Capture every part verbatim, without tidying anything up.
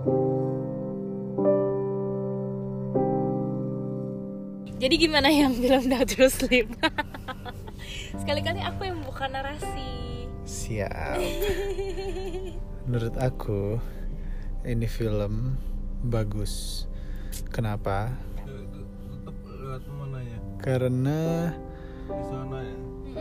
Jadi gimana yang film Doctor Sleep? Sekali-kali aku yang buka narasi. Siap. Menurut aku ini film bagus. Kenapa? Lewat mana ya? Karena Di sana ya.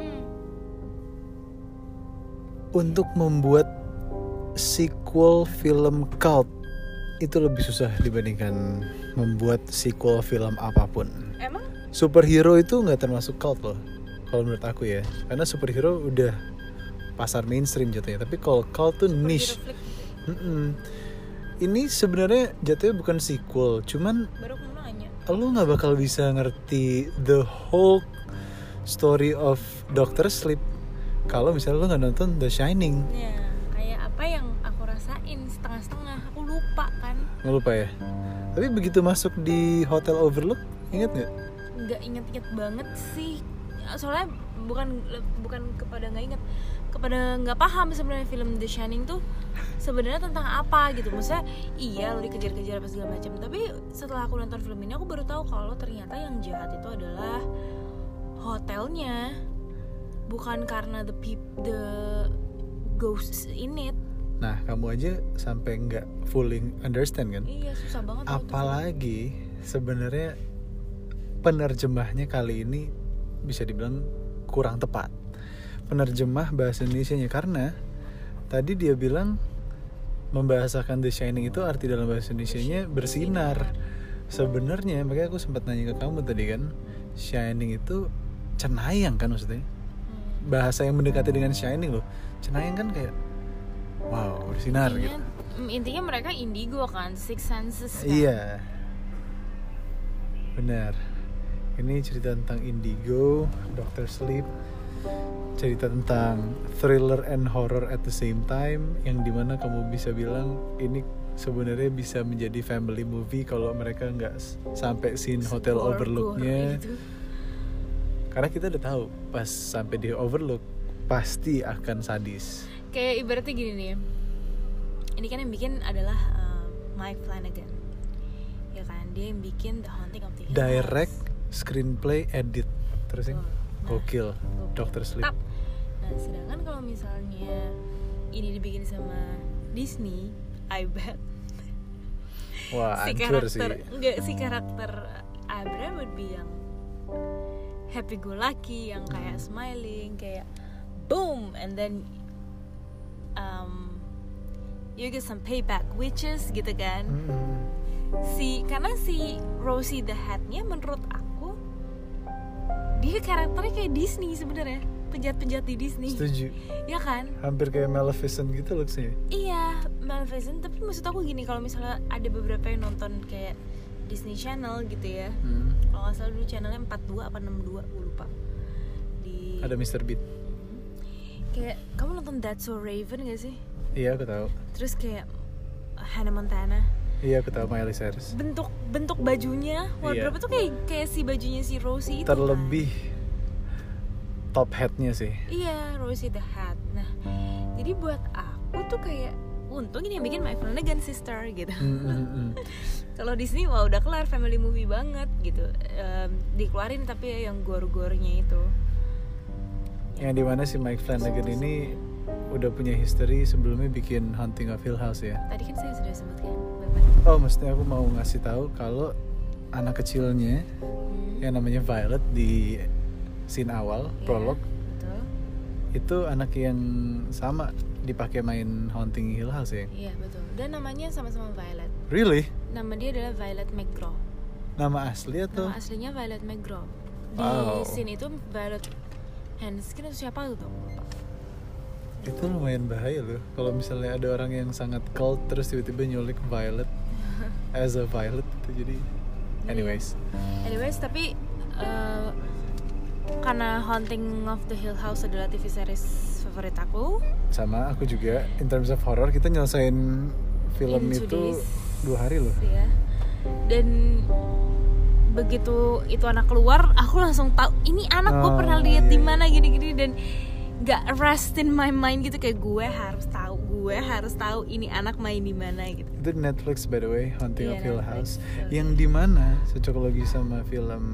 untuk membuat sequel film cult itu lebih susah dibandingkan membuat sequel film apapun. Emang? Superhero itu nggak termasuk cult loh, kalau menurut aku ya. Karena superhero udah pasar mainstream jatuhnya. Tapi kalau cult tuh niche. Mm-mm. Ini sebenarnya jatuhnya bukan sequel, cuman Baru aku mau nanya. lo nggak bakal bisa ngerti the whole story of Doctor Sleep kalau misalnya lo nggak nonton The Shining. Ya, kayak apa yang aku rasain setengah-setengah. Aku lupa kan. Nggak lupa ya. Tapi begitu masuk di Hotel Overlook, ingat nggak? Nggak inget-inget banget sih. Soalnya bukan bukan kepada nggak inget, kepada nggak paham sebenarnya film The Shining tuh sebenarnya tentang apa gitu. Maksudnya iya lo dikejar-kejar apa segala macam, tapi setelah aku nonton film ini aku baru tahu kalau ternyata yang jahat itu adalah hotelnya, bukan karena the peop, the ghosts in it. Nah, kamu aja sampai nggak fully understand kan? Iya, susah banget. Apalagi sebenarnya penerjemahnya kali ini bisa dibilang kurang tepat. Penerjemah bahasa Indonesianya, karena tadi dia bilang membahasakan The Shining itu arti dalam bahasa Indonesianya bersinar. Sebenarnya makanya aku sempat nanya ke kamu tadi kan, Shining itu cenayang kan maksudnya. Bahasa yang mendekati dengan Shining loh. Cenayang kan kayak wow, bersinar intinya, gitu. Intinya mereka indigo kan, six senses kan. Iya. Benar. Ini cerita tentang indigo, Doctor Sleep. Cerita tentang thriller and horror at the same time, yang dimana kamu bisa bilang ini sebenarnya bisa menjadi family movie kalau mereka nggak sampai scene Hotel Overlooknya. Karena kita udah tahu pas sampai di Overlook pasti akan sadis. Kayak ibaratnya gini nih, ini kan yang bikin adalah uh, Mike Flanagan, ya kan, dia yang bikin The Haunting of the Hill House. Direct, screenplay, edit, terus yang Oh, nah, gokil, Doctor Sleep. Tap. Nah, sedangkan kalau misalnya ini dibikin sama Disney, I bet Wah, si hancur karakter, sih. enggak, si karakter Abra would be yang happy go lucky, yang kayak smiling, kayak boom, and then um, you get some payback witches gitu kan. Hmm. Si karena si Rosie the Hat-nya menurut aku dia karakternya kayak Disney sebenarnya, penjahat-penjahat di Disney. Setuju. Ya kan? Hampir kayak Maleficent gitu loh sih. Iya, Maleficent. Tapi maksud aku gini, kalau misalnya ada beberapa yang nonton kayak Disney Channel gitu ya, Hmm. kalau nggak salah dulu channelnya empat puluh dua apa enam puluh dua, gue lupa. Di Ada mister Beat. kayak kamu nonton That's So Raven gak sih? Iya, aku tahu. Terus kayak Hannah Montana. Iya, aku tahu Miley Cyrus. Bentuk bentuk bajunya, wardrobe Iya. tuh kayak kayak si bajunya si Rosie itu. Terlebih Kan? top hat-nya sih. Iya, Rosie the Hat. Nah, jadi buat aku tuh kayak untung ini yang bikin Mike Flanagan sister gitu. Hmm, hmm, hmm. Kalau Disney wah udah kelar, family movie banget gitu. Um, dikeluarin tapi ya yang gore-gorenya itu. Yang dimana si Mike Flanagan ini udah punya history sebelumnya bikin Haunting of Hill House ya. Tadi kan saya sudah sebutkan Bapak. Oh, maksudnya aku mau ngasih tahu kalau anak kecilnya Hmm. yang namanya Violet di scene awal, Iya, prolog, betul. itu anak yang sama dipakai main Haunting Hill House ya. Iya, betul. Dan namanya sama-sama Violet. Really? Nama dia adalah Violet McGraw. Nama asli atau? Nama aslinya Violet McGraw. Di Wow. scene itu Violet Hanskin atau siapa gitu? Itu lumayan bahaya loh kalau misalnya ada orang yang sangat cult terus tiba-tiba nyulik Violet as a Violet itu. Jadi anyways. Anyways, tapi uh, karena Haunting of the Hill House adalah T V series favorit aku. Sama aku juga, in terms of horror kita nyelesain film In two itu days. dua hari loh. Ya. Dan begitu itu anak keluar, aku langsung tahu ini anak gue Oh, pernah lihat iya. di mana gini-gini, dan gak rest in my mind gitu, kayak gue harus tahu, gue harus tahu ini anak main di mana gitu. Itu di Netflix by the way, Haunting Iya, of Hill Netflix. House, yang dimana cocok lagi sama film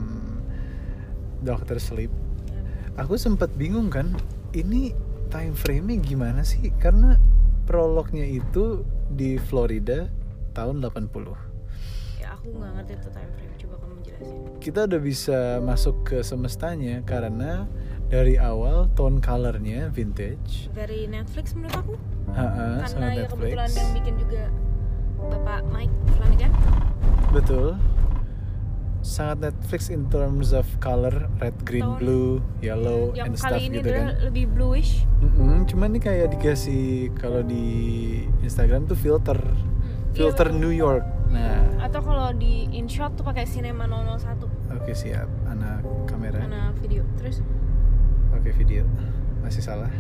Doctor Sleep. Aku sempat bingung kan, ini time frame-nya gimana sih? Karena prolognya itu di Florida tahun delapan puluh. Ya aku nggak ngerti tuh time frame, coba kamu jelasin. Kita udah bisa masuk ke semestanya karena dari awal tone color-nya vintage. Very Netflix menurut aku. Ha-ha, Karena sangat ya Netflix. kebetulan yang bikin juga Bapak Mike Flanagan. Betul. Sangat Netflix in terms of color, red, green, Tone. blue, yellow, Yang and kali stuff ini gitu dia kan. lebih bluish. Mm-mm, cuman ini kayak dikasih kalau di Instagram tuh filter, filter Iya. New York. Nah, Atau kalau di InShot tuh pakai Cinema nol nol satu. oke siap, anak kamera. Mana video. Terus Oke video, masih salah.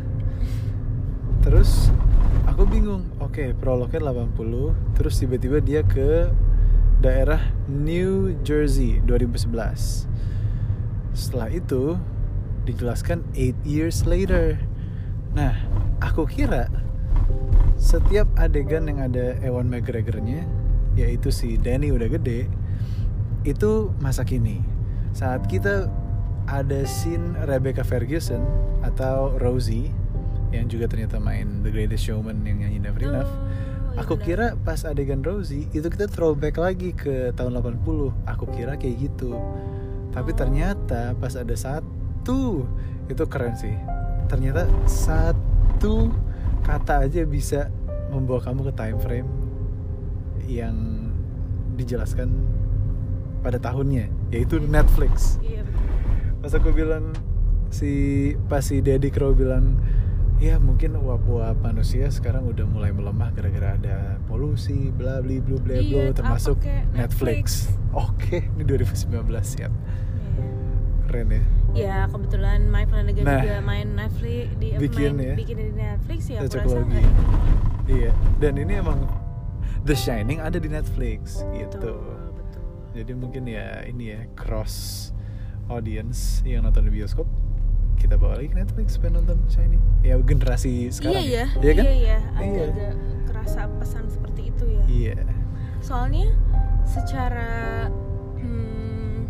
Terus aku bingung. Oke, prolognya delapan puluh, terus tiba-tiba dia ke daerah New Jersey dua ribu sebelas. Setelah itu dijelaskan eight years later. Nah, aku kira setiap adegan yang ada Ewan McGregor-nya, yaitu si Danny udah gede, itu masa kini. Saat kita ada scene Rebecca Ferguson atau Rosie yang juga ternyata main The Greatest Showman yang nyanyi Never Enough. iya Aku benar. kira pas adegan Rosie itu kita throwback lagi ke tahun delapan puluh. Aku kira kayak gitu. Tapi ternyata pas ada satu, itu keren sih. Ternyata satu kata aja bisa membawa kamu ke time frame yang dijelaskan pada tahunnya, yaitu Netflix. Iya betul. Pas aku bilang si pas si Deddy Crow bilang ya mungkin uap-uap manusia sekarang udah mulai melemah gara-gara ada polusi bla bli blu bla bla Iya, termasuk apa kayak Netflix. Oke, ini dua ribu sembilan belas siap. Keren ya. Ya kebetulan Mike Flanagan Nah, juga main Netflix di bikin main, ya. bikin di Netflix ya. Aku Cocok rasa lagi. nggak ini. Iya, dan ini emang The Shining ada di Netflix gitu. Betul, betul. Jadi mungkin ya ini ya cross audience yang nonton di bioskop kita bawa lagi ke Netflix supaya nonton Shining. Ya generasi sekarang. Iya ya, Iya kan? iya ya, Iya. agak kerasa pesan seperti itu ya. Iya. Soalnya secara hmm,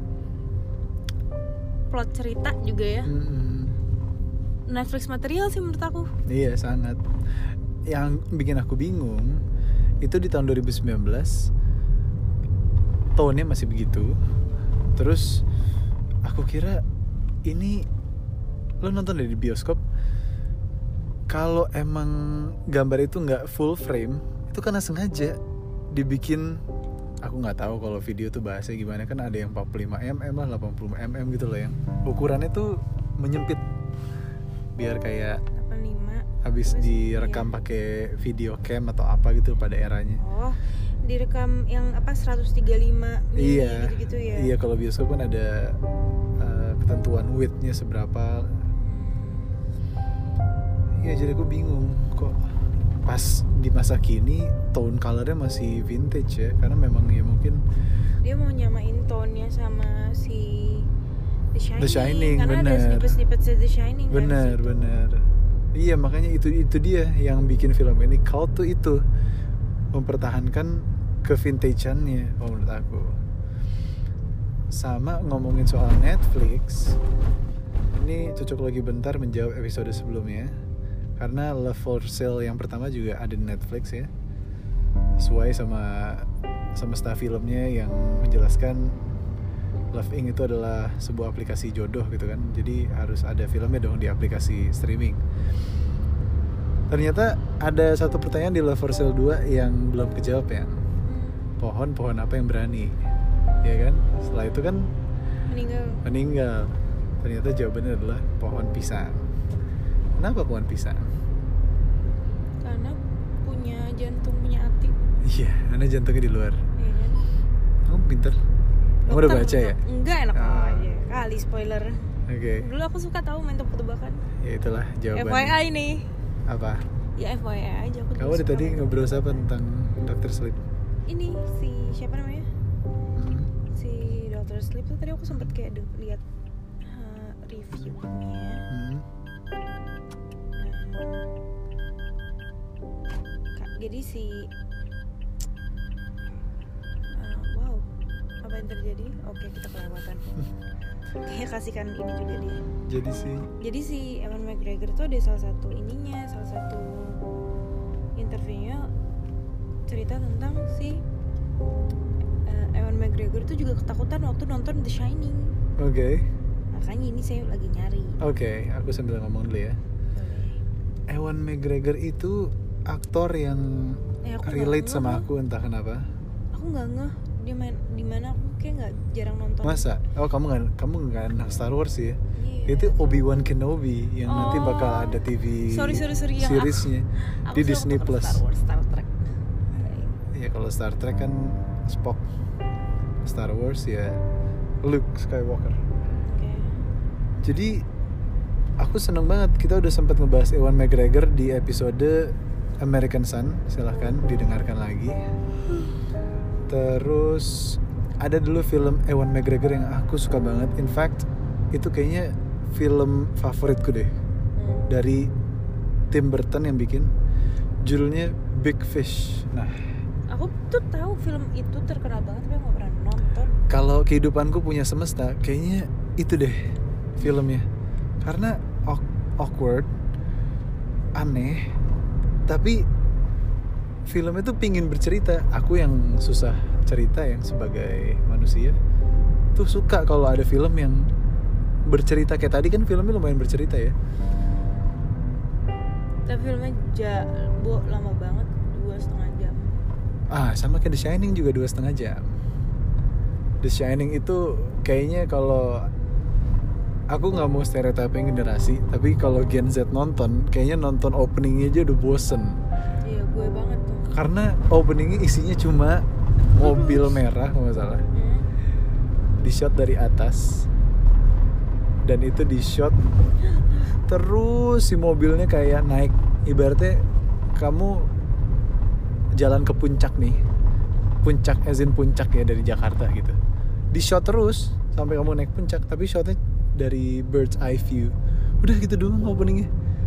plot cerita juga ya, Mm-mm. Netflix material sih menurut aku. Iya sangat. Yang bikin aku bingung itu di tahun dua ribu sembilan belas tone-nya masih begitu. Terus aku kira ini lo nonton dari bioskop, kalau emang gambar itu nggak full frame itu karena sengaja dibikin. Aku nggak tahu kalau video tuh bahasanya gimana, kan ada yang empat puluh lima milimeter lah, delapan puluh milimeter gitu loh, yang ukurannya tuh menyempit biar kayak delapan puluh lima habis Terus, direkam iya. pakai video cam atau apa gitu pada eranya. Oh, direkam yang apa seratus tiga puluh lima mili Iya, gitu-gitu ya. iya kalau bioskop kan ada uh, ketentuan width-nya seberapa. Iya, jadi aku bingung kok pas di masa kini tone color-nya masih vintage ya, karena memang ya mungkin Dia mau nyamain tone-nya sama si The Shining, The Shining, karena ada bener. snippet-snippet The Shining kan di benar situ. benar. Iya, makanya itu itu dia yang bikin film ini cult tuh itu, mempertahankan kevintageannya kalau menurut aku. Sama ngomongin soal Netflix, ini cocok lagi bentar menjawab episode sebelumnya, karena Love for Sale yang pertama juga ada di Netflix ya, sesuai sama semesta filmnya yang menjelaskan Love Inc itu adalah sebuah aplikasi jodoh gitu kan, jadi harus ada filmnya dong di aplikasi streaming. Ternyata ada satu pertanyaan di Love for Sale dua yang belum kejawab ya, pohon-pohon apa yang berani, ya kan? Setelah itu kan Meninggal. meninggal. Ternyata jawabannya adalah pohon pisang. Kenapa pohon pisang? Karena punya jantung, punya hati. Iya, karena jantungnya di luar. Ya kan? Kamu pinter. Kamu udah Dokter, baca ya? Enggak, enak Ah. aja. Kali spoiler. Oke, Dulu aku suka tahu main tebak-tebakan. ya itulah F Y jawabannya. I nih. Apa? Ya F Y I aja aku. Kamu dulu dari suka tadi main ngobrol tebak-tebakan. apa tentang Doctor Sleep? Ini si siapa namanya? Hmm. Si Doctor Sleep tuh tadi aku sempet kayak de- lihat uh, reviewnya. Hmm. Hmm. jadi si uh, wow, apa yang terjadi? Oke, kita kelewatan. Kayak kasihkan ini juga dia. Jadi sih Jadi si Ewan McGregor tuh ada salah satu ininya, salah satu interviewnya cerita tentang si uh, Ewan McGregor tuh juga ketakutan waktu nonton The Shining. oke okay. Makanya ini saya lagi nyari. oke okay, aku sambil ngomong dulu ya. Ewan McGregor itu aktor yang Eh, aku relate nggak sama ngeh. aku entah kenapa. Aku nggak ngeh dia main di mana, aku kayak nggak jarang nonton. Masa? Oh kamu nggak kamu nggak anak Star Wars ya? Iya. Itu Obi-Wan Kenobi yang nanti Oh. bakal ada T V Sorry, sorry, sorry, yang seriesnya Aku di suka Disney nonton Plus. Star Wars, Star Trek. Ya kalau Star Trek kan Spock, Star Wars ya Luke Skywalker. Oke. Jadi aku seneng banget kita udah sempat ngebahas Ewan McGregor di episode American Sun, silahkan didengarkan lagi. Terus ada dulu film Ewan McGregor yang aku suka banget. In fact itu kayaknya film favoritku deh Hmm. dari Tim Burton yang bikin. Judulnya Big Fish. Nah, Aku tuh tahu film itu terkenal banget tapi nggak pernah nonton. kalau kehidupanku punya semesta, kayaknya itu deh filmnya. Karena awk- awkward, aneh, tapi filmnya tuh pingin bercerita. Aku yang susah cerita yang sebagai manusia tuh suka kalau ada film yang bercerita. Kayak tadi kan filmnya lumayan bercerita ya. Tapi filmnya ja, bo, lama banget, dua setengah jam. Ah, sama kayak The Shining juga dua setengah jam. The Shining itu kayaknya kalau aku nggak mau stereotyping generasi, tapi kalau Gen Z nonton, kayaknya nonton openingnya aja udah bosen. Iya, gue banget tuh. Karena openingnya isinya cuma mobil merah kalau nggak salah, Hmm. di shot dari atas, dan itu di shot terus si mobilnya kayak naik. Ibaratnya kamu jalan ke puncak nih, puncak as in puncak ya dari Jakarta gitu, di shot terus sampai kamu naik puncak, tapi shotnya dari bird's eye view. Udah gitu doang openingnya,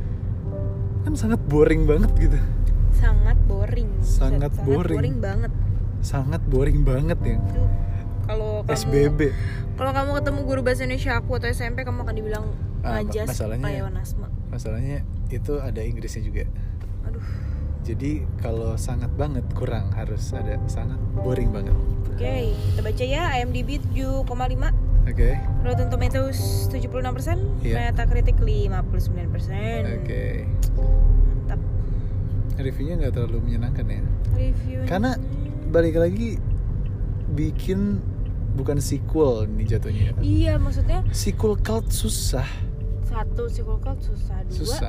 kan sangat boring banget gitu. Sangat boring. Sangat Sangat boring. boring banget. Sangat boring banget ya. Itu kalau kamu S B B. kalau kamu ketemu guru bahasa Indonesia aku atau S M P, kamu akan dibilang Ah, ngajas masalahnya- kayak Wanasma. Masalahnya itu ada Inggrisnya juga. Aduh. Jadi kalau sangat banget kurang, harus ada sangat boring banget. Oke, kita baca ya. I M D B tujuh koma lima, Oke. Rotten Tomatoes tujuh puluh enam persen, Iya. Metacritic lima puluh sembilan persen. Oke. Mantap. Reviewnya nggak terlalu menyenangkan ya. Review. Karena balik lagi bikin bukan sequel nih jatuhnya. Iya, maksudnya Sequel cult susah. satu sequel cult susah, dua Susah.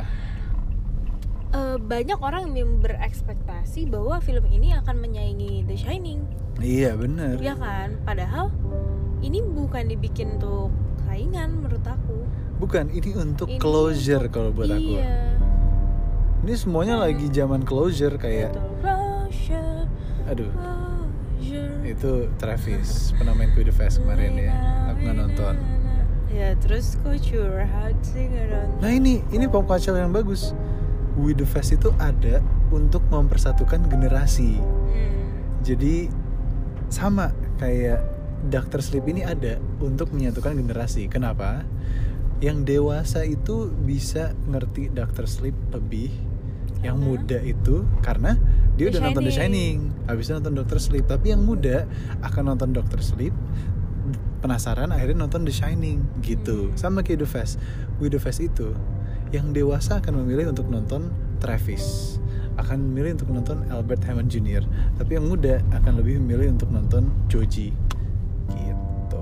eh, banyak orang yang berekspektasi bahwa film ini akan menyaingi The Shining, Iya bener. ya kan? Padahal ini bukan dibikin untuk saingan menurut aku. Bukan, ini untuk Ini closure untuk- kalau buat aku. Iya. Ini semuanya lagi zaman closure kayak, Betul. Closure, aduh, closure. itu Travis pernah main With The Fest kemarin ya. Aku nggak nonton. Ya terus kok curhat sih nggak nonton. Nah ini ini pop culture yang bagus. With The Fest itu ada untuk mempersatukan generasi. Hmm. Jadi sama kayak Doctor Sleep ini ada untuk menyatukan generasi. Kenapa? Yang dewasa itu bisa ngerti Doctor Sleep lebih. Yang Karena? muda itu karena dia The udah nonton The Shining. Shining, habisnya nonton Doctor Sleep. Tapi yang muda akan nonton Doctor Sleep, penasaran akhirnya nonton The Shining gitu. Hmm. Sama kayak The Fest. With The Fest itu yang dewasa akan memilih untuk nonton Travis, akan memilih untuk nonton Albert Hammond Junior Tapi yang muda akan lebih memilih untuk nonton Joji gitu.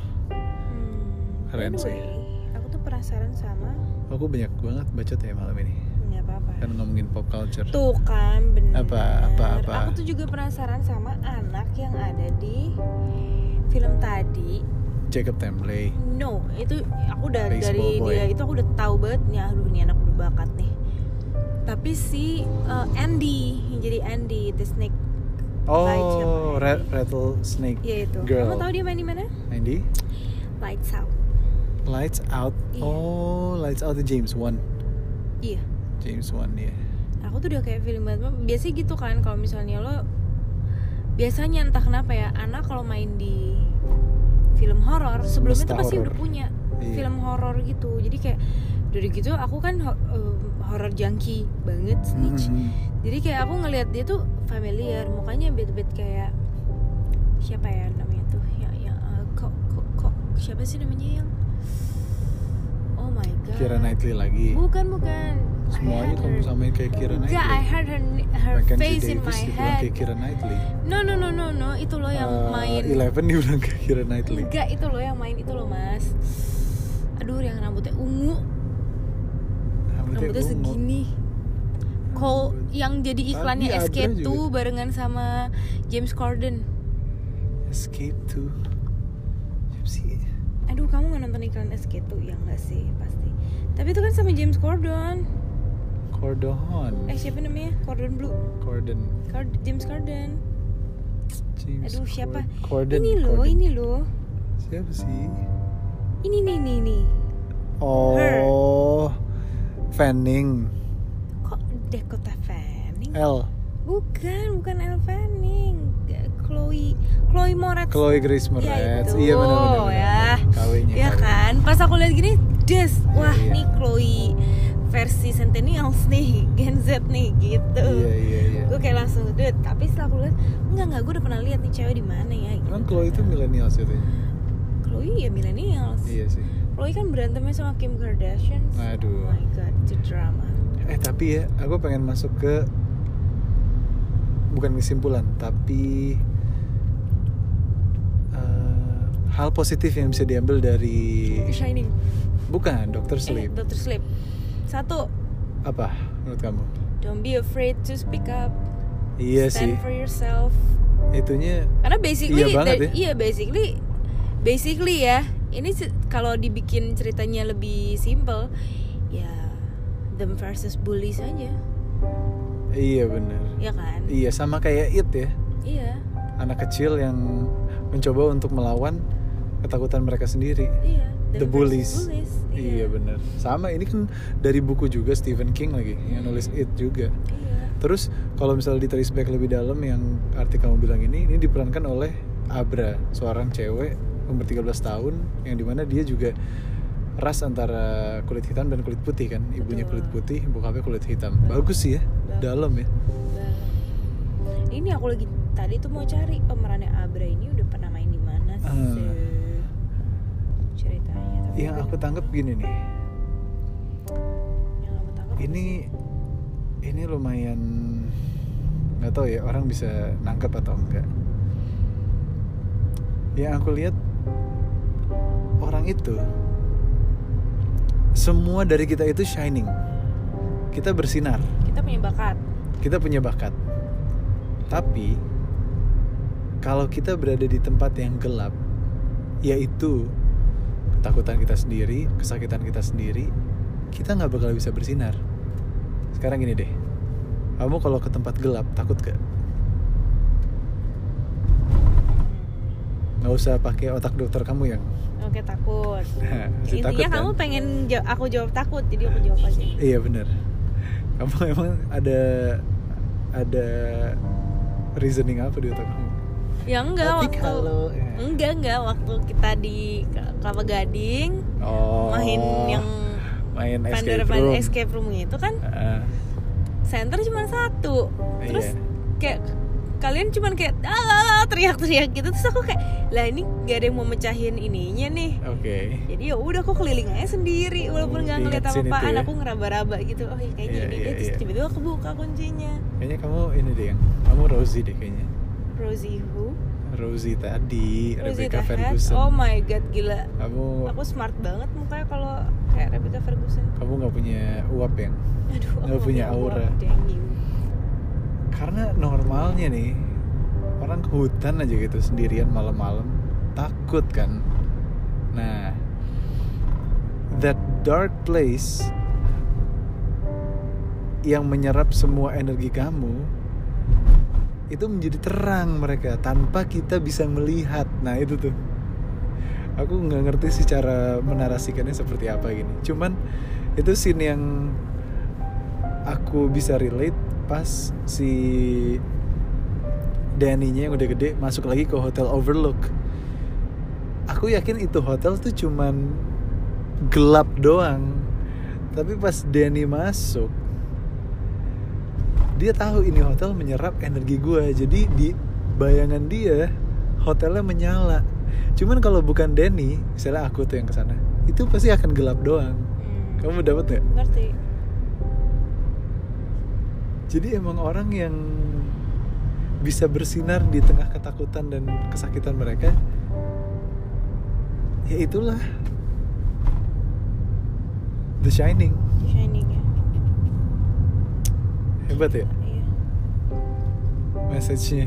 Hmm. Keren sih. Anyway, aku tuh penasaran sama Aku banyak banget bacot ya malam ini nggak apa-apa. kan ngomongin pop culture. Tuh kan bener. Apa, apa, apa? Aku tuh juga penasaran sama anak yang ada di film tadi. Jacob Tremblay. No, itu aku udah Baseball dari boy. dia itu aku udah tahu banget nih, aduh ini anak berbakat nih. Tapi si uh, Andy, yang jadi Andy the Snake. Lights siapa? Oh, Rat- Rattlesnake Iya itu. Girl. Kamu tahu dia main di mana? Andy? Lights Out. Lights Out. Iya. Oh, Lights Out the James Wan. Iya. James Wan ya. aku tuh udah kayak feeling banget. Biasanya gitu kan kalau misalnya lo, biasanya entah kenapa ya, anak kalau main di film horor sebelumnya tuh pasti horror. udah punya Iya. film horor gitu. Jadi kayak dari gitu aku kan ho- uh, horror junkie banget snitch. Mhm. Jadi kayak aku ngelihat dia tuh familiar, mukanya bed-bed kayak siapa ya namanya tuh? Ya yang uh, kok kok kok siapa sih namanya yang oh my god. Keira Knightley lagi. Bukan bukan. Semuanya I had kamu her- samain kayak Keira Knightley. Enggak, I had her her Mackenzie face in Davis my dibilang head. kayak Keira Knightley. No no no no no, itu loh yang Uh, main. Eleven dibilang kayak Keira Knightley. Enggak, itu loh yang main itu loh, Mas. Aduh, yang rambutnya ungu, Rambutnya rambutnya ungu. segini. Kok yang jadi iklannya Tadi S K Abra dua juga. barengan sama James Corden. Escape to siapa sih? Aduh, kamu nggak nonton iklan S K dua? Ya nggak sih, pasti. Tapi itu kan sama James Corden. Cordon. Eh, siapa namanya? Corden Blue. Corden. Cord- James Corden. James Aduh, siapa? Corden. Ini loh, Corden. ini loh. Siapa sih? Ini nih nih nih. Oh, Fanning. Kok Dakota Fanning? L. Bukan, bukan Elle Fanning. Chloe, Chloe Moretz. Chloe Grace Ya, Moretz. itu. Iya benar-benar. Ya. K W-nya. Ya kan, pas aku lihat gini, des, wah Iya. nih Chloe versi Centennials nih, Gen Z nih gitu. Iya iya iya. Gue kayak langsung, dude. Tapi setelah aku lihat, enggak enggak, gue udah pernah lihat nih cewek di mana ya. Gitu. Emang Chloe itu millennials itu? Chloe ya millennials. Iya sih. Chloe kan berantemnya sama Kim Kardashian. Aduh. Oh my god, itu drama. Eh tapi ya, aku pengen masuk ke bukan kesimpulan, tapi uh, hal positif yang bisa diambil dari The Shining. bukan Doctor Eh, Sleep. Doctor Sleep. Satu, Apa menurut kamu? don't be afraid to speak up. Iya Stand sih. for yourself. Itunya Karena basically, Iya banget da- ya. iya basically, basically ya. Ini se- kalau dibikin ceritanya lebih simple, ya them versus bully saja, iya bener. ya kan? Iya sama kayak It ya. Iya, Anak kecil yang mencoba untuk melawan ketakutan mereka sendiri. iya. The them Bullies. versus bullies. Iya bener. Sama ini kan dari buku juga Stephen King lagi yang nulis It juga. Iya. Terus kalau misalnya di-trace back lebih dalam yang arti kamu bilang ini, ini diperankan oleh Abra, seorang cewek umur tiga belas tahun yang dimana dia juga ras antara kulit hitam dan kulit putih kan. Ibunya Betul. kulit putih, bokapnya kulit hitam. Betul. Bagus sih ya, Bagus. dalam ya. Dalam. Ini aku lagi tadi tuh mau cari pemerannya Abra ini udah pernah main di mana sih Ah. ceritanya. Tapi Yang aku tangkap gini nih, yang aku tangkap apa ini ini lumayan nggak tahu ya orang bisa nangkep atau enggak. Yang aku lihat orang itu semua dari kita itu shining. Kita bersinar, sih? Kita punya bakat. kita punya bakat. Tapi kalau kita berada di tempat yang gelap, yaitu ketakutan kita sendiri, kesakitan kita sendiri, kita nggak bakal bisa bersinar. Sekarang gini deh, kamu kalau ke tempat gelap takut gak? Nggak usah pakai otak dokter kamu yang. Oke, takut. Nah, si Intinya takut kan? kamu pengen jaw- aku jawab takut, jadi aku jawab aja. Iya benar. Kamu emang ada ada reasoning apa di otak kamu? Ya enggak Tapi waktu kalau- enggak enggak waktu kita di Kelapa Gading Oh, main yang main Pandora escape Pan room. escape room itu kan Ah, center cuma satu. Terus Iya. kayak kalian cuman kayak ah teriak-teriak gitu, terus aku kayak lah ini gak ada yang mau mecahin ininya nih. Oke. Jadi ya udah aku keliling aja sendiri walaupun nggak ngeliat Diingat sini tuh apa-apaan, ya. aku ngeraba-raba gitu. Oh ya kayaknya Iya, ini iya, deh, terus iya. tiba-tiba kebuka kuncinya. Kayaknya kamu ini deh yang kamu Rosie deh kayaknya. Rosie who? Rosie tadi, Rosie Rebecca the Hat. Ferguson. Oh my god, gila. Kamu Aku smart banget mukanya kalau kayak Rebecca Ferguson. kamu nggak punya uap yang. Aduh, Nggak aku punya nggak aura. kuat, dang you. Karena normalnya nih orang ke hutan aja gitu sendirian malam-malam takut kan. Nah, that dark place yang menyerap semua energi kamu itu menjadi terang mereka tanpa kita bisa melihat. Nah itu tuh aku nggak ngerti sih cara menarasikannya seperti apa gini. Cuman itu scene yang aku bisa relate pas si Danny-nya yang udah gede masuk lagi ke Hotel Overlook. Aku yakin itu hotel tuh cuman gelap doang. Tapi pas Danny masuk, dia tahu ini hotel menyerap energi gue. Jadi di bayangan dia hotelnya menyala. Cuman kalau bukan Danny, misalnya aku tuh yang kesana, itu pasti akan gelap doang. Hmm. Kamu dapat nggak? Ngerti. Jadi emang orang yang bisa bersinar di tengah ketakutan dan kesakitan mereka, ya itulah The Shining. The Shining ya. Hebat ya Iya. message-nya.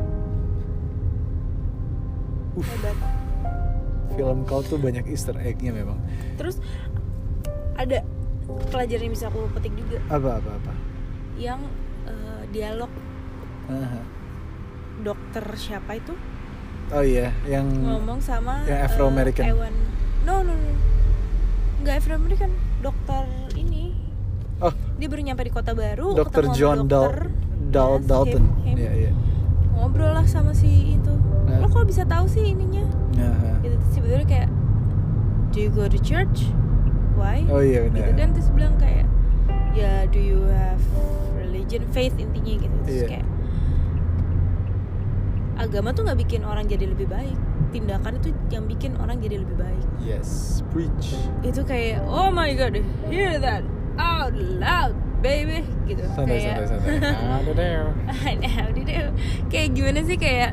Uff, Hebat. film kau tuh banyak Easter egg-nya memang. Terus ada pelajaran yang bisa aku petik juga, Apa apa apa. yang uh, dialog Aha. dokter siapa itu Oh iya, yang ngomong sama yang Afro-American. uh, Ewan. No no no. Enggak Afro-American, dokter ini. oh Dia baru nyampe di kota baru, dokter ketemu sama John Dal dokter. Dal Yes, Dalton. him, him. Iya iya. Ngobrol lah sama si itu. Nah. Lo kok bisa tahu sih ininya? Aha. Gitu terus sebetulnya kayak, do you go to church? Why? Oh iya Gitu benar. kan terus bilang kayak, ya do you have religion, faith intinya gitu. Terus Iya. kayak agama tuh nggak bikin orang jadi lebih baik, tindakan itu yang bikin orang jadi lebih baik. Yes, preach. Itu kayak oh my god, hear that out loud baby gitu. Santai Kayak santai santai. Ada deh. Nah, udah deh. Kayak gimana sih kayak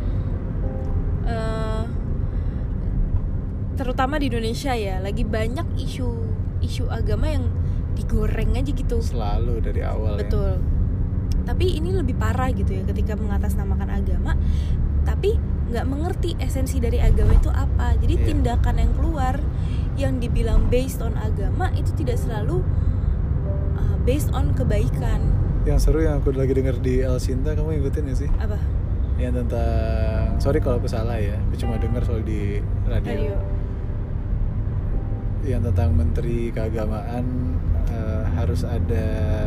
eh, terutama di Indonesia ya, lagi banyak isu isu agama yang digoreng aja gitu. Selalu dari awal. Betul. Tapi ini lebih parah gitu ya, ketika mengatasnamakan agama tapi nggak mengerti esensi dari agama itu apa. Jadi Iya. tindakan yang keluar yang dibilang based on agama itu tidak selalu uh, based on kebaikan. Ya. Yang seru yang aku lagi denger di El Sinta, kamu ngikutin gak sih? Apa? Yang tentang, sorry kalau aku salah ya, aku cuma denger soal di radio. Radio. Yang tentang menteri keagamaan uh, harus ada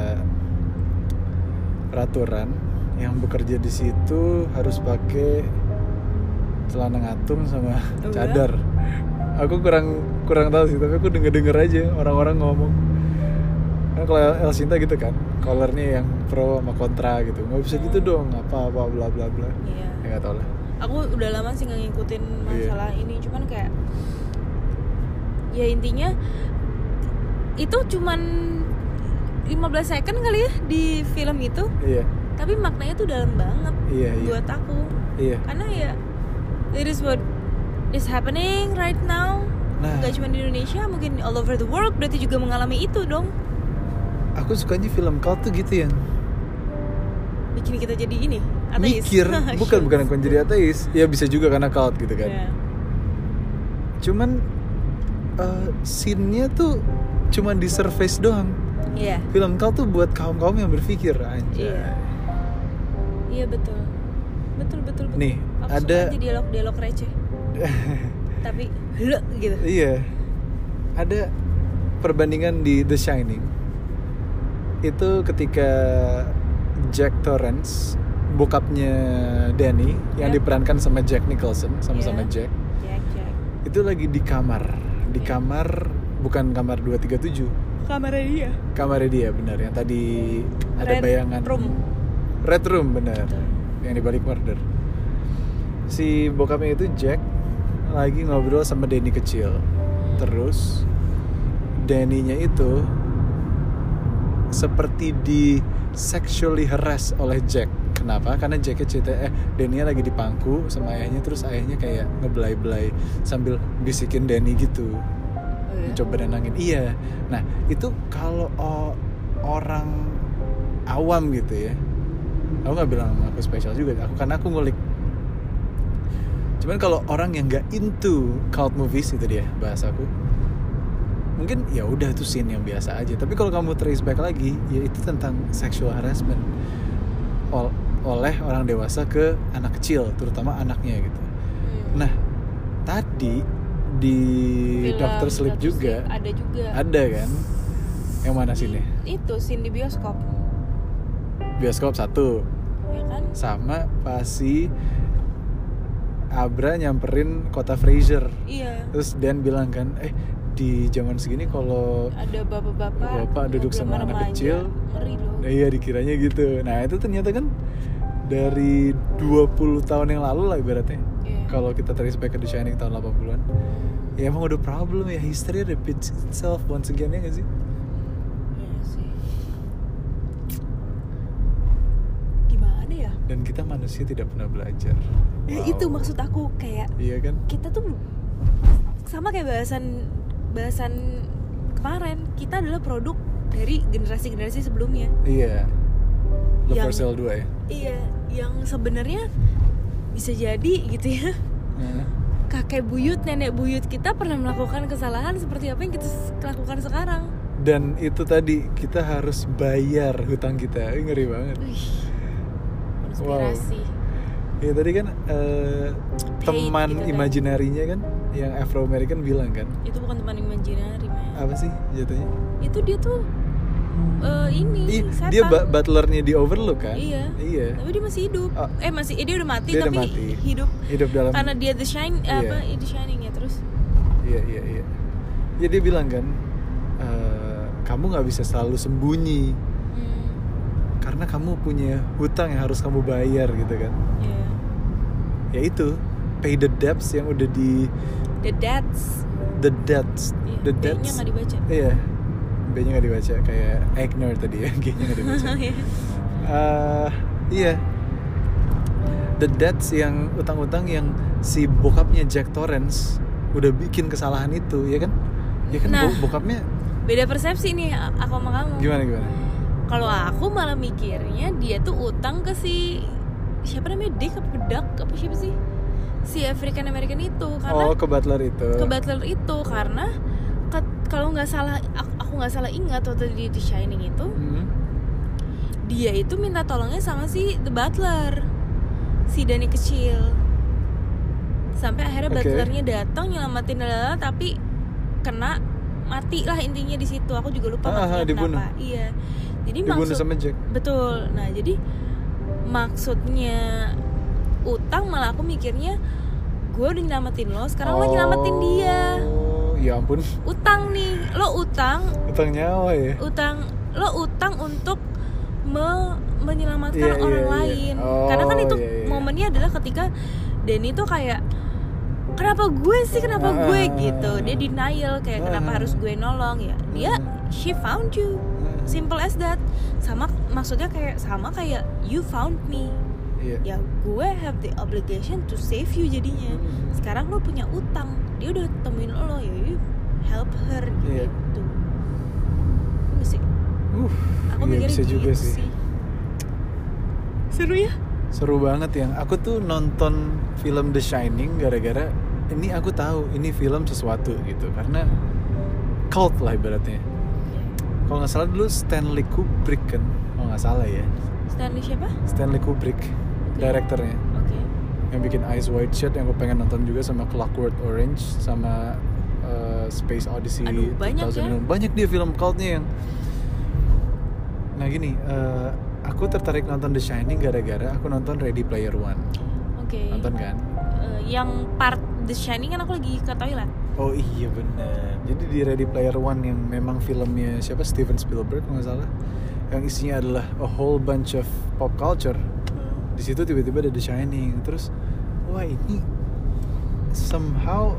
peraturan yang bekerja di situ harus pakai celana ngatung sama Oh, cadar. Aku kurang kurang tahu sih, tapi aku denger denger aja orang-orang ngomong. Kan kalau El Sinta gitu kan, colornya yang pro sama kontra gitu. Nggak bisa gitu dong, apa apa bla bla bla. Iya. Ya nggak tahu lah. Aku udah lama sih nggak ngikutin masalah ini, cuman kayak ya intinya itu cuman lima belas second kali ya di film itu, Iya, tapi maknanya tuh dalam banget iya, iya. buat aku. Iya. Karena ya it is what is happening right now. Nah, Gak cuma di Indonesia, mungkin all over the world, berarti juga mengalami itu dong. aku sukanya film cult tuh gitu yang Bikin kita jadi ini ateis. mikir, bukan bukan bukan jadi ateis. Ya bisa juga karena cult gitu kan. Yeah. Cuman uh, scene-nya tuh cuman di surface doang. Iya. Film cult tuh buat kaum-kaum yang berpikir anjay. Iya. Iya betul. Betul betul betul. Nih, Aku ada- suka aja dialog-dialog receh. Tapi le gitu. Iya. Ada perbandingan di The Shining. Itu ketika Jack Torrance, bokapnya Danny yang Yep. diperankan sama Jack Nicholson, sama-sama Yeah. Jack. Jack Jack. Itu lagi di kamar. Di Yeah. kamar bukan kamar dua tiga tujuh. Kamarnya dia. Kamarnya dia benar yang tadi ada Red bayangan. room. Red Room benar. Betul. Yang dibalik murder. Si bokapnya itu Jack lagi ngobrol sama Danny kecil. Terus Danny-nya itu seperti di sexually harass oleh Jack. Kenapa? Karena Jacknya cerita eh Danny-nya lagi dipangku sama ayahnya, terus ayahnya kayak ngebelai-belai sambil bisikin Danny gitu. Oh, iya? Mencoba nenangin. Iya. Nah, itu kalau o- orang awam gitu ya. Aku nggak bilang aku spesial juga, aku karena aku ngulik. Cuman kalau orang yang nggak into cult movies itu dia bahasaku, mungkin ya udah itu scene yang biasa aja. Tapi kalau kamu trace back lagi, ya itu tentang sexual harassment ol- oleh orang dewasa ke anak kecil, terutama anaknya gitu. Hmm. Nah, tadi di Film Doctor Sleep Doctor juga Sleep ada juga. ada kan Yang mana scene-nya? Itu scene di bioskop. Bioskop satu. Ya kan? Sama pas si Abra nyamperin kota Fraser. Iya. Terus Dan bilang kan, eh di zaman segini kalau Ada bapak-bapak bapak duduk ngobrol sama anak remaja, kecil, ngeri loh. nah iya dikiranya gitu. Nah itu ternyata kan dari dua puluh tahun yang lalu lah ibaratnya. Iya. Kalau kita trace back ke The Shining tahun delapan puluhan, ya emang udah problem ya, history repeats itself once again, ya gak sih? Iya sih. Gimana ya? Dan kita manusia tidak pernah belajar. Ya Wow. itu maksud aku, kayak Iya kan? kita tuh sama kayak bahasan bahasan kemarin, kita adalah produk dari generasi-generasi sebelumnya. Iya. Love Yang- for Sale dua ya? Iya, yang sebenarnya bisa jadi gitu ya. Nah, Kakek buyut, nenek buyut kita pernah melakukan kesalahan seperti apa yang kita s- lakukan sekarang. dan itu tadi kita harus bayar hutang kita. Ih, ngeri banget. Wih, konspirasi. Ya tadi kan eh, teman gitu kan. imaginarinya kan yang Afro American bilang kan, Itu bukan teman imaginary, man. apa sih jatuhnya? Itu dia tuh eh, ini Ih, setan. dia ba- butlernya di Overlook kan? Iya. Iya. Tapi dia masih hidup. Oh. Eh masih eh, dia udah mati Dia udah tapi mati. hidup. Hidup dalam. Karena dia The Shine Iya. apa The Shining ya terus. Iya iya iya. Ya dia bilang kan, eh, kamu nggak bisa selalu sembunyi Hmm. karena kamu punya hutang yang harus kamu bayar gitu kan. Iya. Ya itu, pay the debts yang udah di The Dads. the debts, Iya. the D-nya debts. nggak dibaca. Iya. B-nya nggak dibaca kayak ignore tadi ya, G-nya nggak dibaca. Iya. Eh, iya. The debts yang utang-utang yang si bokapnya Jack Torrance udah bikin kesalahan itu, ya kan? Ya kan Nah. bo- bokapnya Beda persepsi nih a- aku sama kamu. gimana gimana? Kalau aku malah mikirnya dia tuh utang ke si siapa namanya, Dick apa Duck apa siapa sih? Si African American itu karena Oh, ke butler itu. ke butler itu karena ke- kalau nggak salah aku aku nggak salah ingat waktu di The Shining itu Hmm. dia itu minta tolongnya sama si the butler, si Danny kecil, sampai akhirnya Oke. butlernya datang nyelamatin lalala tapi kena mati lah intinya di situ. Aku juga lupa Ah, matinya dibunuh. kenapa. Iya. Jadi Dibunuh maksud sama Jack. betul. Nah jadi maksudnya utang malah aku mikirnya gue udah nyelamatin lo, sekarang lo nyelamatin dia. Oh, ya ampun. Utang nih, lo utang, Utang nyawa ya. utang, lo utang untuk me- menyelamatkan Iya, iya, orang iya. lain. Oh, Karena kan itu iya, iya. momennya adalah ketika Danny tuh kayak kenapa gue sih, kenapa Ah, gue ah, gitu. ah, Dia denial kayak ah, kenapa ah. harus gue nolong ya. Dia she found you. Simple as that. Sama maksudnya kayak sama kayak you found me. Iya. Ya gue have the obligation to save you jadinya. Hmm. Sekarang lo punya utang, dia udah temuin lo, ya you help her Iya. gitu. Enggak sih? Uh, Aku iya, mikirnya bisa gitu juga sih. sih. Seru ya? Seru banget yang aku tuh nonton film The Shining gara-gara ini aku tahu ini film sesuatu gitu karena cult lah ibaratnya. Kalau nggak salah dulu Stanley Kubrick kan, kalau nggak salah ya, Stanley siapa? Stanley Kubrick, direkturnya Oke. yang bikin Eyes Wide Shut yang aku pengen nonton juga sama Clockwork Orange sama uh, Space Odyssey. Aduh, banyak dua ribu ya. Banyak dia film cultnya yang. Nah gini, uh, aku tertarik nonton The Shining gara-gara aku nonton Ready Player One. Oke. Nonton kan? Eh, yang part The Shining kan aku lagi ke toilet. Oh iya benar. Jadi di Ready Player One yang memang filmnya siapa, Steven Spielberg kalau nggak salah, yang isinya adalah a whole bunch of pop culture. Di situ tiba-tiba ada The Shining. Terus wah ini somehow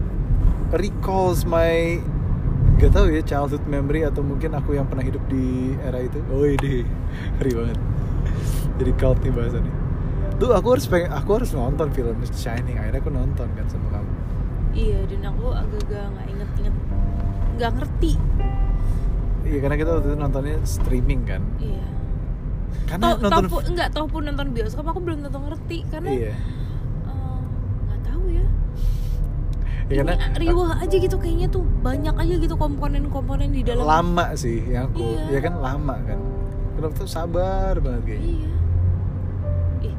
recalls my gak tahu ya childhood memory atau mungkin aku yang pernah hidup di era itu. Oh ini ngeri banget. Jadi cult nih bahasannya. Tuh aku harus pengen, aku harus nonton film The Shining. Akhirnya aku nonton kan sama kamu. Iya, dan aku agak-agak nggak inget-inget, nggak ngerti. Iya karena kita waktu itu nontonnya streaming kan. Iya. Karena Tau, nonton tau pun, nggak tahu pun nonton bioskop aku belum tentu ngerti karena iya. eh, nggak tahu ya. Ya, karena Ini riwah aja gitu kayaknya tuh banyak aja gitu komponen-komponen di dalam. lama sih yang aku, Iya. ya kan lama kan. Kenapa tuh sabar banget kayaknya. Iya. Ih,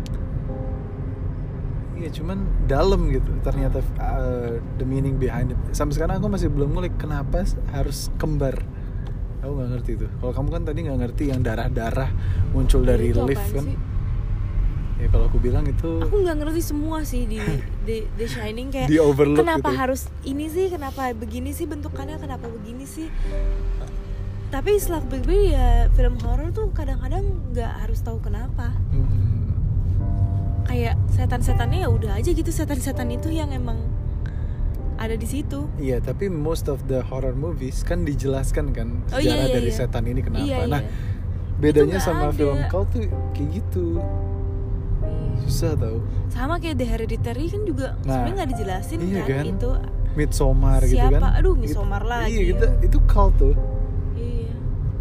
Iya cuman dalam gitu ternyata uh, the meaning behind it. Sampai sekarang aku masih belum ngulik kenapa harus kembar. Aku nggak ngerti tuh. Kalau kamu kan tadi nggak ngerti yang darah-darah muncul dari Itu lift apaan kan? sih? Ya kalau aku bilang itu Aku nggak ngerti semua sih di di The Shining, kayak Di overlook kenapa gitu. harus ini sih, kenapa begini sih bentukannya, kenapa begini sih. Tapi setelah aku pikir ya film horor tuh kadang-kadang nggak harus tahu kenapa. Hmm. Kayak setan-setannya ya udah aja gitu, setan-setan itu yang emang ada di situ. Iya, tapi most of the horror movies kan dijelaskan kan Oh, sejarah iya, iya, dari iya. setan ini kenapa. Iya, Nah, iya. bedanya Itu nggak sama ada. film cult tuh kayak gitu. Iya. Susah tau. Sama kayak The Hereditary kan juga Nah, sebenarnya nggak dijelasin iya kan, kan? itu Midsommar gitu siapa? kan. Aduh, Itu- Midsommar lagi. Iya, gitu. Itu cult tuh. Iya.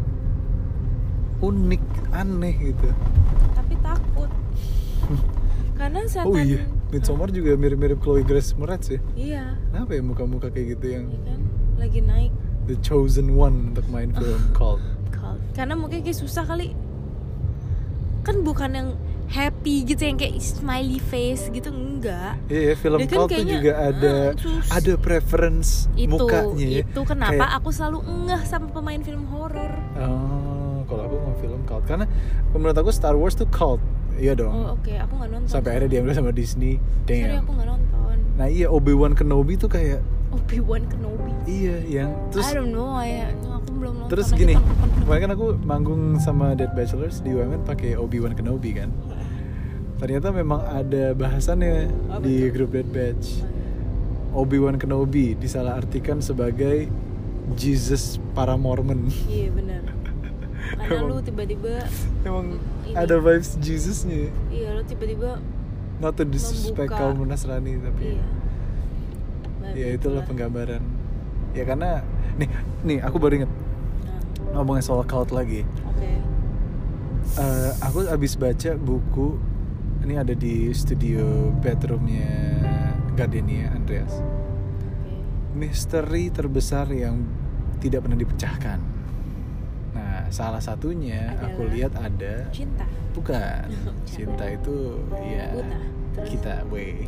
Unik, aneh gitu. Tapi takut. Karena setan. Oh iya, Midsommar juga mirip-mirip Chloe Grace Moretz ya. Iya, Kenapa ya muka-muka kayak gitu yang iya kan? Lagi naik. the chosen one untuk main film cult? Cult. Karena mungkin kayak susah kali. Kan bukan yang happy gitu, yang kayak smiley face gitu, enggak. Iya, film Dia kan cult tuh kayaknya, juga ada eh, sus- ada preference Itu, mukanya ya. itu kenapa Kayak- aku selalu ngeh sama pemain film horor. Oh, kalau aku mau film cult karena menurut aku Star Wars tuh cult. Iya dong. Oh oke, aku nggak nonton. Sampai akhirnya diambil sama Disney. Sorry, Damn. aku nggak nonton. Nah, iya Obi-Wan Kenobi tuh kayak Obi-Wan Kenobi. iya yang terus I don't know, ya aku belum nonton. terus Nanti gini. tonton. Kemarin kan aku manggung sama Dead Bachelors di U M N pakai Obi-Wan Kenobi kan. Ternyata memang ada bahasannya Apa di tuh? grup Dead Batch. Obi-Wan Kenobi disalahartikan sebagai Jesus para Mormon. Iya benar. Karena Emang- lu tiba-tiba, Emang Ini. ada vibes Jesusnya. iya lu tiba-tiba, Not to disrespect Membuka. kaum Nasrani tapi iya. ya itulah penggambaran. Ya karena nih nih aku baru inget Nah, ngomongin soal cult lagi. oke. Eh, aku abis baca buku ini ada di studio bedroomnya Gardenia Andreas. Oke. Misteri terbesar yang tidak pernah dipecahkan. Nah, salah satunya aku Adalah? lihat ada Cinta. bukan cinta itu ya Buta. Terus? kita, wey.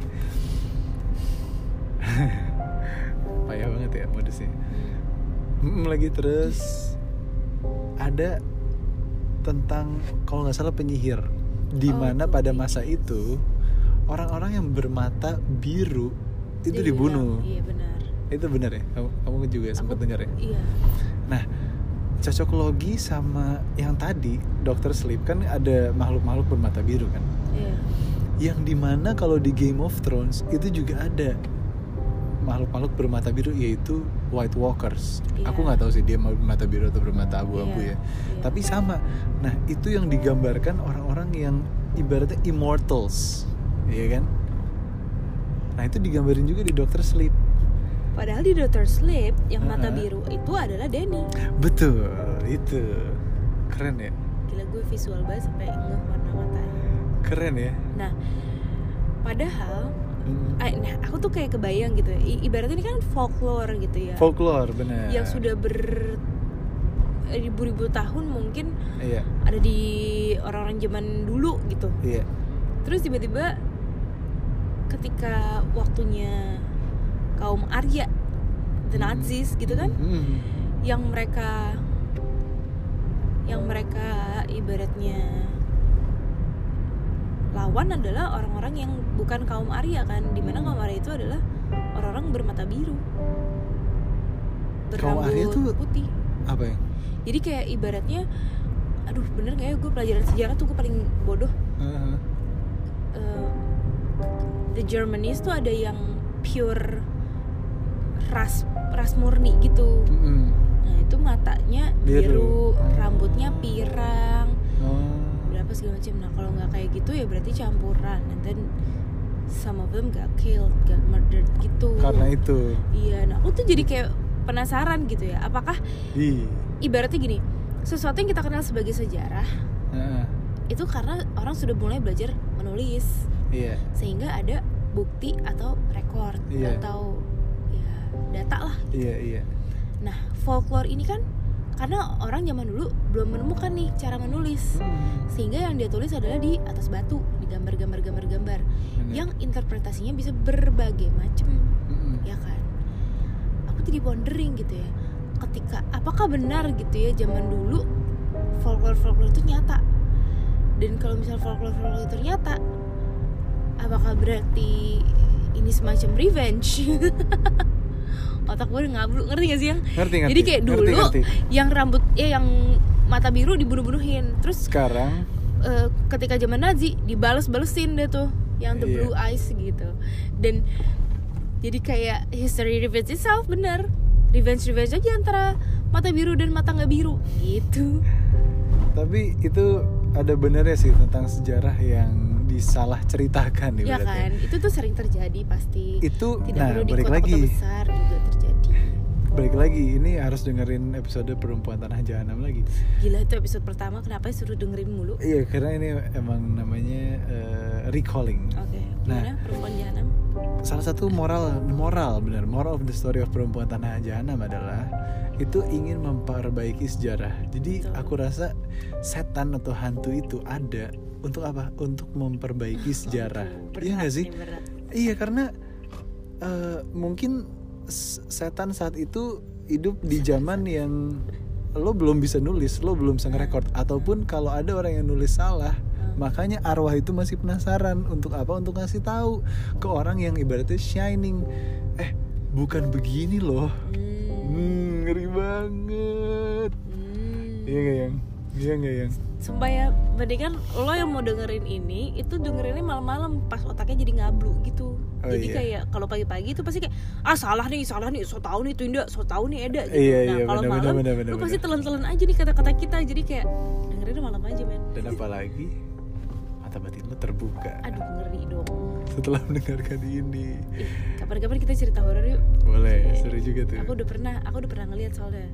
Payah banget ya modusnya. Mm, lagi terus ada tentang kalau nggak salah penyihir, di Oh, mana itu pada penyihir. masa itu orang-orang yang bermata biru itu Dia dibunuh. bilang, iya benar. Itu benar ya? Kamu, kamu juga sempat Aku- dengar ya? Iya. Nah, cocok logi sama yang tadi Doctor Sleep kan ada makhluk-makhluk bermata biru kan? Iya. Yang dimana kalau di Game of Thrones itu juga ada makhluk-makhluk bermata biru yaitu White Walkers. Iya. Aku nggak tahu sih dia bermata biru atau bermata abu-abu Iya, ya. iya. Tapi sama. Nah itu yang digambarkan orang-orang yang ibaratnya immortals, iya kan? Nah itu digambarin juga di Doctor Sleep. Padahal di Doctor Sleep yang mata Uh-uh. biru itu adalah Danny. Betul, itu keren ya, Gila, gue visual banget sampai ngeh warna matanya. keren ya. Nah, padahal Mm. eh, nah aku tuh kayak kebayang gitu. I- ibaratnya ini kan folklore gitu ya. Folklore benar. Yang sudah ber eh, ribu-ribu tahun mungkin Iya, ada di orang-orang zaman dulu gitu. iya. Terus tiba-tiba ketika waktunya kaum Arya, the Hmm. Nazis gitu kan, Mm. yang mereka yang mereka ibaratnya lawan adalah orang-orang yang bukan kaum Arya kan, dimana kaum Arya itu adalah orang-orang bermata biru, Kaum Arya berambut tuh- putih. Apa ya? Jadi kayak ibaratnya, aduh bener nggak ya, gue pelajaran sejarah tuh gue paling bodoh. Uh-huh. Eh, the Germans tuh ada yang pure ras ras murni gitu. Mm-mm. Nah itu matanya Biru. biru, rambutnya pirang, Oh. berapa segala macam. Nah kalau nggak kayak gitu ya berarti campuran. And then some of them got killed, got murdered gitu. Karena itu. Iya, nah aku tuh jadi kayak penasaran gitu ya. Apakah Ih. ibaratnya gini, sesuatu yang kita kenal sebagai sejarah Heeh. itu karena orang sudah mulai belajar menulis, Iya. sehingga ada bukti atau record Iya. atau ya data lah. Iya, iya. Nah folklore ini kan karena orang zaman dulu belum menemukan nih cara menulis, Hmm. sehingga yang dia tulis adalah di atas batu, di gambar-gambar-gambar-gambar Bener. yang interpretasinya bisa berbagai macam, Mm-mm. ya kan. Aku jadi wondering gitu ya, ketika apakah benar gitu ya zaman dulu folklore-folklore itu nyata, dan kalau misal folklore-folklore itu nyata, apakah berarti ini semacam revenge? Otak gue udah ngablu, ngerti gak sih yang? Ngerti, ngerti. Jadi kayak dulu Ngerti, ngerti. yang rambut ya yang mata biru dibunuh-bunuhin, terus Sekarang uh, ketika zaman Nazi dibales-balesin deh tuh yang the Iya. blue eyes gitu. Dan jadi kayak history repeats itself, bener. Revenge-revenge aja antara mata biru dan mata nggak biru gitu. tapi itu ada benernya sih tentang sejarah yang disalah ceritakan Ya ibaratnya. kan, itu tuh sering terjadi pasti. Itu Tidak nah perlu di balik kota-kota lagi. besar juga terjadi. Balik lagi, ini harus dengerin episode Perempuan Tanah Jahanam lagi. Gila, itu episode pertama kenapa suruh dengerin mulu? Oke, Iya, karena ini emang namanya uh, recalling. gimana perempuan jahanam? Salah satu moral moral benar moral of the story of Perempuan Tanah Jahanam adalah itu ingin memperbaiki sejarah. Jadi Betul. aku rasa setan atau hantu itu ada untuk apa? Untuk memperbaiki sejarah. Aduh, Iya berat nggak sih? nih, berat. Iya, karena uh, mungkin s- setan saat itu hidup di zaman yang lo belum bisa nulis, lo belum bisa ngerekord, ataupun kalau ada orang yang nulis salah, makanya arwah itu masih penasaran untuk apa? Untuk ngasih tahu ke orang yang ibaratnya shining. Eh, bukan begini loh. Hmm. Hmm, ngeri banget. Hmm. Iya nggak yang? Iya nggak yang? Sumpah ya, mendingan lo yang mau dengerin ini itu dengerinnya malam-malam pas otaknya jadi ngablu gitu. Oh, Jadi iya. kayak kalau pagi-pagi itu pasti kayak ah salah nih, salah nih, so tau nih Tunda, so tau nih Eda gitu. Iya, nah iya, kalau benar, malam benar, benar, lo benar, pasti benar. telan-telan aja nih kata-kata kita. Jadi kayak dengerinnya malam aja men. Dan apalagi mata batin lo terbuka Aduh ngeri dong. setelah mendengarkan ini. Ih, kapan-kapan kita cerita horor yuk. Boleh, Iya. seru juga tuh. Aku udah pernah, aku udah pernah ngeliat soalnya.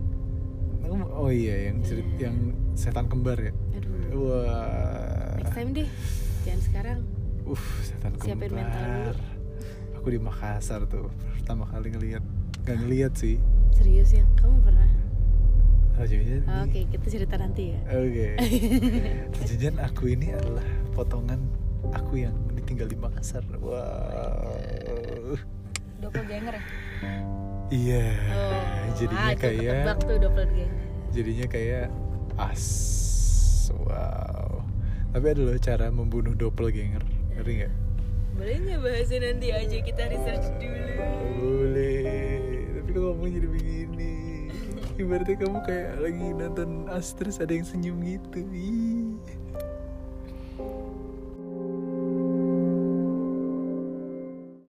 Oh iya, yang cerit, Iya. yang setan kembar ya. Aduh. Wah. Next time deh. Jangan sekarang. Uh, setan Siapin mental kembar. dulu. Aku di Makassar tuh pertama kali ngelihat. Gak ngelihat sih. Serius ya? Kamu pernah? Oh, jangan-jangan Oh, ini- Oke, kita cerita nanti ya. Oke. Jangan aku ini adalah potongan aku yang ditinggal di Makassar. Wow. Doppelganger ya? Iya. Oh, jadinya ah, itu kayak ketebak tuh doppelganger. jadinya kayak as. Wow. Tapi ada loh cara membunuh doppelganger. Ngerti nggak? Boleh nggak bahasnya nanti aja, kita research dulu. Boleh. Tapi kok ngomong jadi begini? Ibaratnya kamu kayak lagi nonton As terus ada yang senyum gitu. Ih.